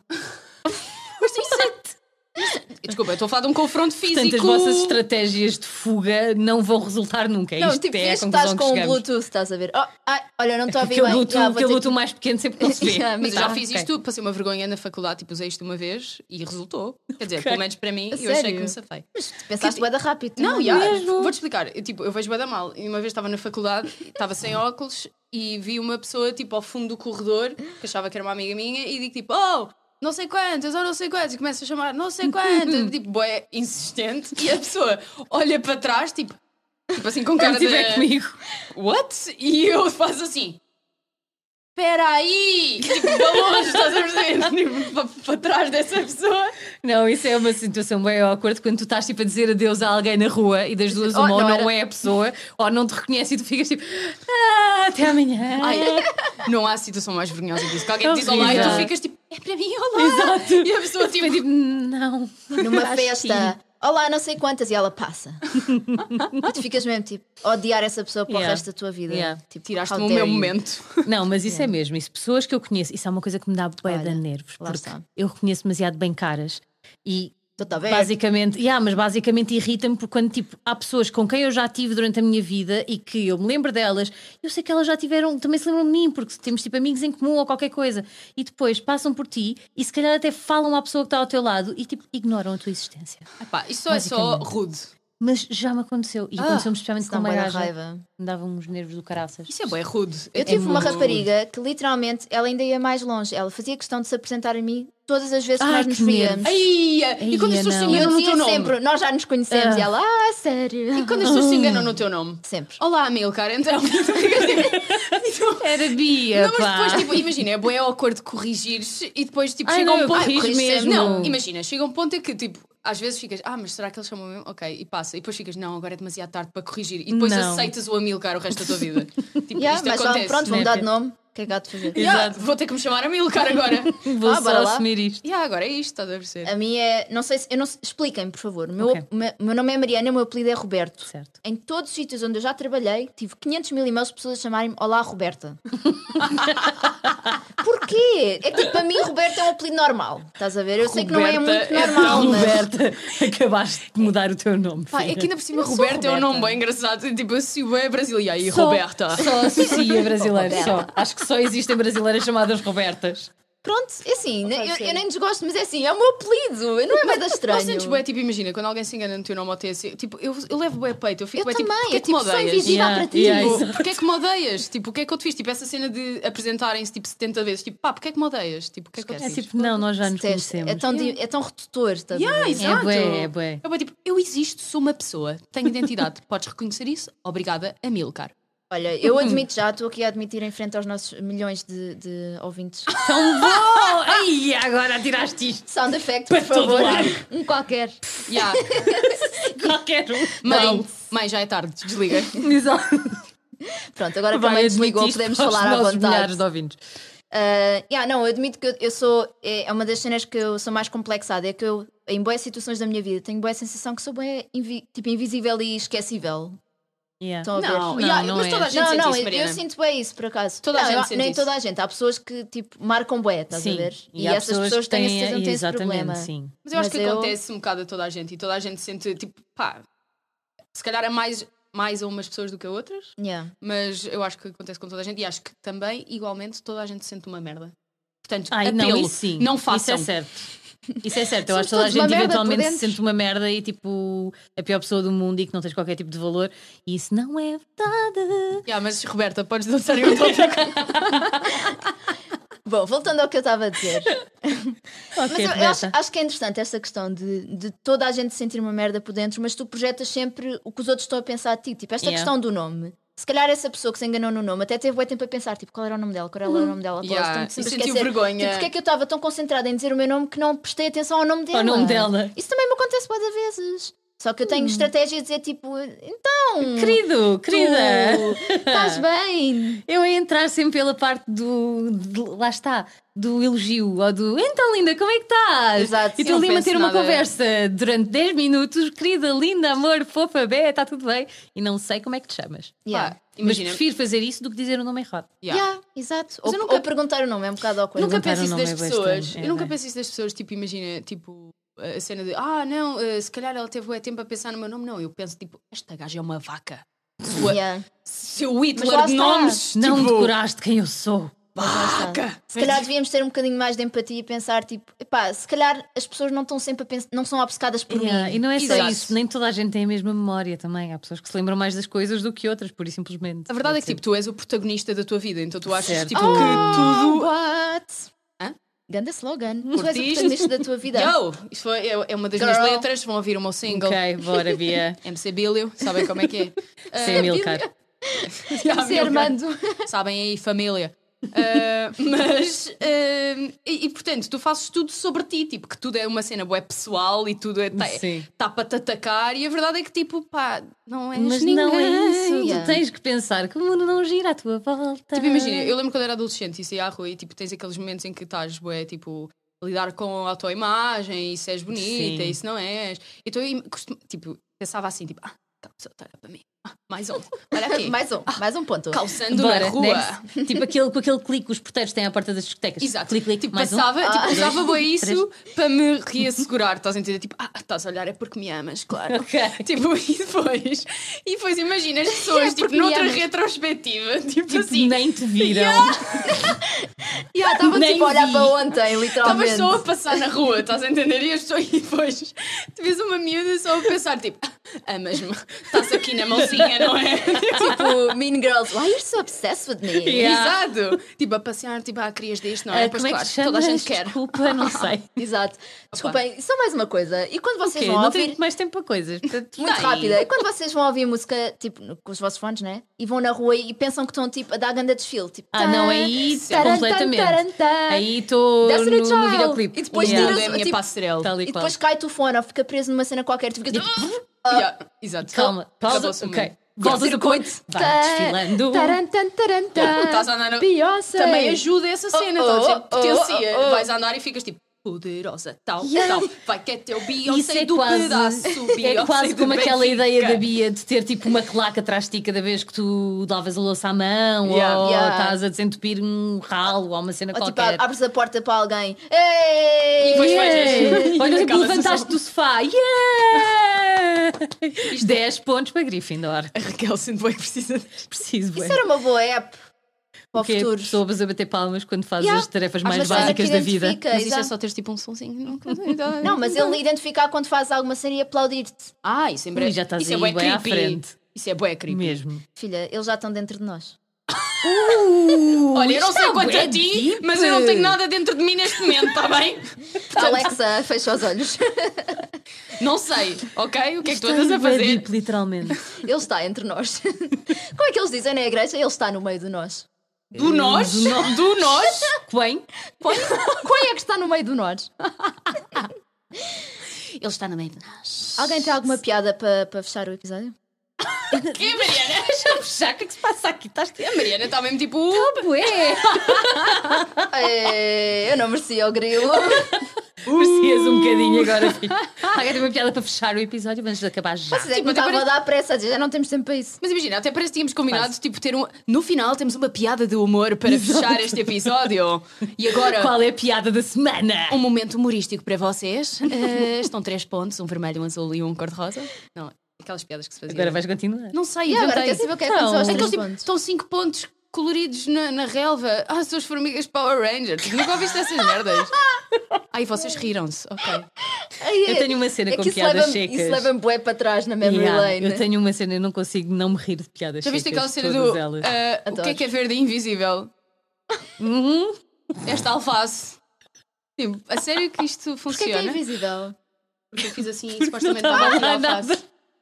Desculpa, eu estou a falar de um confronto físico. Portanto, as vossas estratégias de fuga não vão resultar nunca. Não, Isto tipo, é a vês que conclusão estás que com o chegamos. Bluetooth, estás a ver? Oh, ai, olha, não estou a ouvir Aquele bem. Bluetooth, Já, vou aquele ter Bluetooth que- mais pequeno sempre que não se vê. Yeah, Mas eu já Ah, fiz ok. isto, passei uma vergonha na faculdade, tipo, usei isto uma vez e resultou. Quer dizer, Ok. pelo menos para mim, A eu achei sério? que me safei. Mas tu pensaste bué da rápido. Não, também. já, mesmo? vou-te explicar. Eu, tipo, eu vejo bué da mal. E uma vez estava na faculdade, estava sem óculos e vi uma pessoa, tipo, ao fundo do corredor, que achava que era uma amiga minha, e digo, tipo, oh, não sei quantas, ou não sei quantas, e começa a chamar, não sei quantas, tipo, bué insistente, e a pessoa olha para trás, tipo, tipo assim, com cara Quando estiver de... comigo. What? E eu faço assim. Espera aí! Tipo, para longe, estás a perceber? Tipo, para, para trás dessa pessoa. Não, isso é uma situação bem awkward quando tu estás tipo a dizer adeus a alguém na rua e das duas Oh, uma ou não não era- é a pessoa ou não te reconhece e tu ficas tipo ah, até amanhã. Ai, não há situação mais vergonhosa disso. Que alguém te diz Horrível. olá e tu ficas tipo, é para mim, olá! Exato. E a pessoa Foi tipo, tipo, não. Numa Acho festa, olá, não sei quantas, e ela passa. E tu ficas mesmo tipo, a odiar essa pessoa para Yeah. o resto da tua vida. Yeah. Tipo, tiraste-me how o meu dare you. momento. sim. Não, mas isso é mesmo. Isso, pessoas que eu conheço, isso é uma coisa que me dá bué de Olha, nervos. lá Porque está. eu reconheço demasiado bem caras e Estou a ver. basicamente, yeah, mas basicamente irrita-me porque quando tipo, há pessoas com quem eu já tive durante a minha vida e que eu me lembro delas, eu sei que elas já tiveram, também se lembram de mim, porque temos tipo amigos em comum ou qualquer coisa, e depois passam por ti e se calhar até falam à pessoa que está ao teu lado e tipo ignoram a tua existência. Epá, isso só é só Basicamente. rude. Mas já me aconteceu. E Ah, aconteceu-me especialmente Isso com dá uma bué da gaja. raiva. Me dava uns nervos do caraças. Isso é bem rude. Eu É tive tipo uma muito rapariga que literalmente ela ainda ia mais longe. Ela fazia questão de se apresentar a mim todas as vezes que Ah, nós nos que nervos. víamos. Ai, e quando as Ai, pessoas se não. E eu enganam no teu dizia nome? sempre, nós já nos conhecemos. Ah. E ela, ah, sério? E quando as pessoas se enganam no teu nome? Sempre. Olá, Amilcar, então. Era Bia, Não, mas pá. depois, tipo, imagina, é bué awkward corrigires e depois, tipo, Ai, chega não, um eu ponto. corrijo corriges mesmo. sempre. Não, imagina, chega um ponto em que, tipo, às vezes ficas, ah, mas será que eles chamam mesmo? Ok, e passa. E depois ficas, não, agora é demasiado tarde para corrigir. E depois Não. aceitas o Amilcar o resto da tua vida. Tipo, Yeah, isto mas só, acontece. pronto, vão Népia. dar de nome. O que é que há de fazer? Yeah, Exato. vou ter que me chamar Amilcar agora. Vou Ah, só bora lá. assumir isto. yeah, agora é isto, estás a perceber? A minha é. Não sei se. Eu não, sei- expliquem, por favor. O meu, Ok. o meu, o meu nome é Mariana, o meu apelido é Roberto. Certo. Em todos os sítios onde eu já trabalhei, tive quinhentos mil e-mails de pessoas a chamarem-me Olá, Roberta. Porquê? É que tipo, para mim, Roberta é um apelido normal. Estás a ver? Eu sei que não é Roberta muito é normal, tão mas. Roberta, acabaste de mudar o teu nome. Pá, é filha. que ainda por cima, Eu sou Roberto é um nome Roberta. bem engraçado. Tipo, assim, é brasileiro. E aí, Só- Roberta. Só associa brasileiros, Roberta. só. Acho que só existem brasileiras chamadas Robertas. Pronto, é assim, Pode eu, ser. eu nem desgosto, mas é assim, é o meu apelido. Eu não é nada estranho. Não sentes bué, tipo, imagina, quando alguém se engana no teu nome ou tem assim, tipo, eu, eu levo bué peito, eu fico Eu bué, tipo, também, porquê é que me tipo, sou odeias? invisível Yeah, para ti. yeah, Tipo, exato. porquê é que me odeias? Tipo, o que é que eu te fiz? Tipo, essa cena de apresentarem-se tipo setenta vezes, tipo, pá, porquê é que me odeias? Tipo, o que é que eu te É fiz? tipo, não, nós já nos Teste. conhecemos. É tão, di- é tão redutor, estás Yeah, a ver? exato. É bué, é bué. Eu, bué, tipo, eu existo, sou uma pessoa, tenho identidade, podes reconhecer isso? Obrigada, Amilcar. Olha, eu admito já, estou aqui a admitir em frente aos nossos milhões de, de ouvintes. Tão bom! Ai, agora tiraste isto. Sound effect, Para por favor. todo lado. Um qualquer. Yeah. Qualquer um. Mãe, Não. mãe, já é tarde, desliga. Exato. Pronto, agora que a Vai, mãe admite desligou, isto podemos aos falar à nossos vontade. milhares de ouvintes. Uh, yeah, não, eu admito que eu, eu sou. É, é uma das cenas que eu sou mais complexada. É que eu, em boas situações da minha vida, tenho boa sensação que sou bem invi- tipo, invisível e esquecível. Yeah. Estão a ver? Não, Não, yeah, não mas é. toda a gente Não, sente não, isso, eu, Mariana. eu sinto bem isso, por acaso. Toda a Não, gente eu- sente nem isso. toda a gente. Há pessoas que tipo, marcam bué, estás Sim. a ver? E, há essas pessoas que têm a têm- certeza que têm esse exatamente, problema. sim. Mas eu acho Mas que eu- acontece um bocado a toda a gente e toda a gente sente, tipo, pá, se calhar a mais, mais a umas pessoas do que a outras, Yeah. mas eu acho que acontece com toda a gente e acho que também, igualmente, toda a gente sente uma merda. Portanto, Ai, apelo, não, isso sim. não Isso façam. é certo. Isso é certo. Eu Somos acho que toda a todos uma gente merda por eventualmente se dentro. sente uma merda e tipo a pior pessoa do mundo e que não tens qualquer tipo de valor. E isso não é verdade. Yeah, mas Roberta, podes dançar em outra coisa. Bom, voltando ao que eu estava a dizer. Mas Ok, eu, eu acho, Roberta. acho que é interessante essa questão de, de toda a gente se sentir uma merda por dentro, mas tu projetas sempre o que os outros estão a pensar de ti. Tipo, esta Yeah. questão do nome. Se calhar essa pessoa que se enganou no nome até teve bué tempo a pensar, tipo, qual era o nome dela, qual era o nome dela. Pô, Yeah, tenho que sempre e sentiu esquecer. vergonha. Tipo, porque é que eu estava tão concentrada em dizer o meu nome que não prestei atenção ao nome dela? Ao nome dela. Isso também me acontece várias vezes. Só que eu tenho estratégia de dizer, tipo, então. Querido, querida. tu Estás bem? Eu ia entrar sempre pela parte do. de- lá está. Do elogio ou do. Então, linda, como é que estás? Exato. E Eu estou não ali a penso manter uma nada. conversa durante dez minutos. Querida, linda, amor, fofa, bé, está tudo bem. E não sei como é que te chamas. Yeah. Pá, Mas imagina. prefiro fazer isso do que dizer o nome errado. Yeah. Yeah, exato. Mas Ou, eu nunca- ou perguntar o nome, é um bocado awkward. Nunca Perguntar penso o isso nome das é bem pessoas. estranho, é eu nunca bem. penso isso das pessoas, tipo, imagina, tipo, a cena de ah, não, eh, se calhar ela teve bué tempo a pensar no meu nome. Não, eu penso, tipo, esta gaja é uma vaca. Sua, Yeah. Seu Mas Hitler lá de está. nomes. Não tipo, decoraste quem eu sou. Mas lá está. vaca. Se calhar devíamos ter um bocadinho mais de empatia e pensar, tipo, epá, se calhar as pessoas não estão sempre a pensar, não são obcecadas por Yeah, mim. E não é só Exato. isso, nem toda a gente tem a mesma memória também. Há pessoas que se lembram mais das coisas do que outras, por e simplesmente. A verdade é que, Pode tipo, tu és o protagonista da tua vida, então tu achas, Certo. tipo, Oh, que tudo... what? Hã? Ganda slogan. Tu és o Curtiste? protagonista da tua vida. Yo! Isso foi, é, é uma das Girl. minhas letras, vão ouvir o meu single. ser. Ok, bora, Bia. M C Bílio, sabem como é que é? Sem Milcar. Yeah, Ser Armando. Sabem aí, família. Ah, mas, ah, e, e, portanto, tu fazes tudo sobre ti, tipo, que tudo é uma cena bué pessoal e tudo é, tá, Sim. tá para te atacar, e a verdade é que, tipo, pá, não és Mas ninguém. não é isso. Yeah. Tu tens que pensar que o mundo não gira à tua volta. Tipo, imagina, eu lembro quando era adolescente e saía à rua e, tipo, tens aqueles momentos em que estás, bué, tipo, a lidar com a autoimagem e se és bonita Sim. e se não és. Então eu, costumo- tipo, pensava assim, tipo, ah, aquela pessoa está para mim. Ah, mais um. Olha aqui. mais um, mais um ponto. Calçando Bora, na rua. next. Tipo aquele, com aquele clique que os porteiros têm à porta das discotecas. Exato. Clique, clique, Tipo, mais um. passava, tipo, Ah, usava dois, bem isso para me reassegurar. Estás a entender? Tipo, ah, estás a olhar é porque me amas, claro. Ok. Tipo, e depois, e depois imagina as pessoas, É tipo, porque me noutra amas. retrospectiva, tipo, Tipo, assim. nem te viram. Yeah, Estavam Nem tipo a olhar vi. para ontem, Estavas literalmente. só a passar na rua, estás a entender? E as pessoas, e depois, tu vês uma miúda só a pensar, tipo, ah, amas-me, estás aqui na mãozinha, não é? Tipo, Mean Girls, why you're so obsessed with me? Yeah. Exato. Tipo, a passear, tipo, ah, querias deste, não é? Ah, Pois como é que claro, te toda a chamas? gente quer. Desculpa, não sei. Exato. Desculpem, só mais uma coisa. E quando vocês Ok, vão não ouvir. tenho mais tempo para coisas. Portanto, Muito Tem. rápida. E quando vocês vão ouvir música, tipo, no- com os vossos fones, né? E vão na rua e pensam que estão, tipo, a dar ganda desfile. Tipo, Ah, não, aí taran, completamente. taran, taran. Aí estou no, Destiny no Child. videoclipe. E depois Yeah. tiras- É a minha tipo, passarela. Tal e E qual. depois cai-te o fone ou fica preso numa cena qualquer. Tu ficas. Yeah, exato. Calma, pausa. Acabou-se o Ok. momento. Voltas a pôr. Circuito. Vai desfilando. Taran, tan, taran, tan. Estás a andar no- Beyoncé. Também ajuda essa cena, Oh, estás a dizer, oh, potencia. oh, oh. Vais andar e ficas tipo, poderosa, tal, Yeah. tal. Vai que é teu Isso Beyoncé é do quase, pedaço. é Beyoncé quase do como aquela Benfica. ideia da Bia de ter tipo uma claca atrás de ti cada vez que tu lavas a louça à mão Yeah. ou Yeah. estás a desentupir um ralo ou uma cena Ou tipo, qualquer. abres a porta para alguém. Ei! E depois Yeah. vejas. Olha, tipo, Acabas levantaste o do sofá. Yeah! dez pontos para Gryffindor. A Raquel sendo bem precisa. Preciso, Isso bué. era uma boa app para o Que é futuro. pessoas a bater palmas quando fazes Yeah. as tarefas Às mais vezes ela básicas te da vida. identifica, Mas isso é exato. só teres tipo um sonzinho. Não, mas ele identificar quando fazes alguma cena e aplaudir-te. Ah, isso em breve. E já estás isso é aí bué bem à creepy. frente. Isso é bué creepy. Mesmo. Filha, eles já estão dentro de nós. Olha, eu não sei está quanto bué a ti, deep. mas eu não tenho nada dentro de mim neste momento, está bem? Alexa, fecha os olhos. Não sei, ok? O que é que tu Está andas a aí bué fazer? deep, literalmente. Ele está entre nós. Como é que eles dizem na igreja? Ele está no meio de nós. Do nós? Do nó- Do nós? Quem? Qual é que está no meio de nós? Ele está no meio de nós. Alguém tem alguma piada para para fechar o episódio? Que é, Mariana? Já, o que é que se passa aqui? Estás A Mariana está mesmo tipo. bué. É, eu não merecia o grilo. Merecias um bocadinho agora, filho. Alguém tem uma piada para fechar o episódio, vamos acabar já. Vocês é que Tipo, me até estavam a parece- dar pressa, já não temos tempo para isso. Mas imagina, até parece que tínhamos combinado tipo, ter um. No final temos uma piada de humor para fechar este episódio. E agora. Qual é a piada da semana? Um momento humorístico para vocês. Eh, estão três pontos: um vermelho, um azul e um cor-de-rosa. Não, aquelas piadas que se faziam. Agora vais continuar. Não sei, E agora inventei. quer saber o que é que Então, aconteceu aos Aqueles três tipo, pontos? estão cinco pontos coloridos na, na relva. Ah, são as formigas Power Rangers. Nunca ouviste essas merdas? Ai, vocês riram-se. Ok. Ai, Eu tenho uma cena é com que isso piadas leva-me- secas. Isso leva-me bué para trás na memory Yeah, lane. eu tenho uma cena, eu não consigo não me rir de piadas Já viste aquela secas, cena todas do. elas. ah, o que é que é verde e invisível? Uhum. Esta alface. Tipo, a sério que isto Porquê que é funciona? invisível? Porque eu fiz assim e supostamente Não estava aqui estava a lá alface. nada.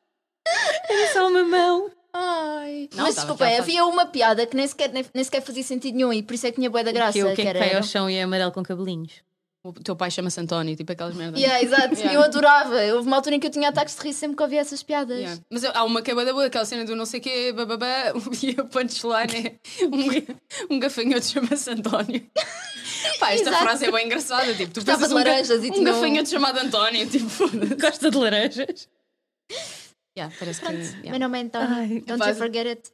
Era só uma mão. Ai. Não, Mas estava desculpem, aqui à havia uma piada que nem sequer, nem, nem sequer fazia sentido nenhum e por isso é que tinha bué da graça. Que é o que é que era- cai ao chão e é amarelo com cabelinhos. O teu pai chama-se António, tipo aquelas merdas. Yeah, exato, Yeah. eu adorava. Houve uma altura em que eu tinha ataques de rir sempre que ouvia essas piadas. Yeah. Mas há uma que é bué da boa, aquela cena do não sei quê, bababá, e o punchline é um, um gafanhoto chama-se António. Pá, esta Exato. frase é bem engraçada. Tipo, tu Gostava pensas de um, ga- laranjas e um tinha um- gafanhoto chamado António. Tipo, foda-se. Gosta de laranjas? Yeah, parece que. Meu Yeah. nome é António. Ai, Don't faz- you forget it.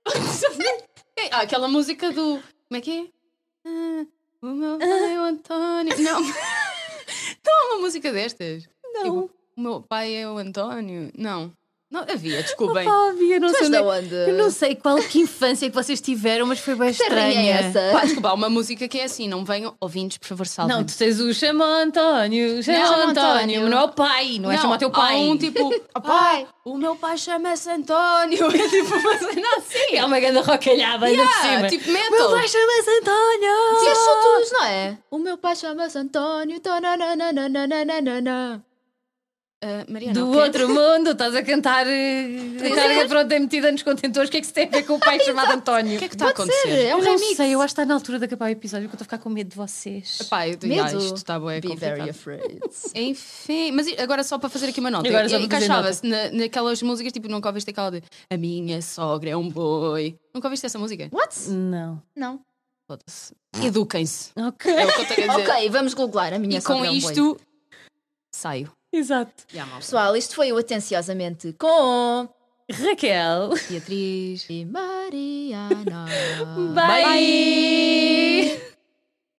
Ah, aquela música do. Como é que é? Ah, o meu pai é o António. Não. Não há uma música destas. Não. Tipo, o meu pai é o António. Não. Não havia, desculpem. Óbvio, eu não Tu sei és da onde é- onde? Eu não sei qual que infância que vocês tiveram, mas foi bem Terrinha é estranha. essa? Pá, desculpa, há uma música que é assim, não venham ouvintes, por favor, salvem. Não, tu tens o chama António, chama Não, António, António. mas não é o pai, não, é chamar o teu pai. Há um tipo, Oh, pai. "Ah, o meu pai chama-se António. É tipo uma cena assim. É uma grande rocalhada ainda por Yeah, cima. tipo Meu metal. pai chama-se António. E as chutus, não é? O meu pai chama-se António. Tananana. Ah, Mariana, Do o quê? outro mundo, estás a cantar eh, a carga pronto é metida nos contentores. O que é que se tem a ver com o pai chamado António? O que é que está a Pode acontecer? ser, é um eu não remix. sei, eu acho que está na altura de acabar o episódio, que eu estou a ficar com medo de vocês. Pá, eu, Medo. ah, isto está bué Be very complicado. afraid. Enfim, mas i- agora só para fazer aqui uma nota. Agora só E- para fazer Encaixava-se na, naquelas músicas, tipo, nunca ouviste aquela de A minha sogra é um boi. Nunca ouviste essa música? What? Não. Não. Foda-se. Eduquem-se. Ok. É o que eu tenho a dizer. Ok, vamos googlar a minha E com sogra é um boi. isto, saio. Exato. Yeah, malta. Pessoal, isto foi o Atenciosamente com Raquel. Beatriz. e Mariana. Bye.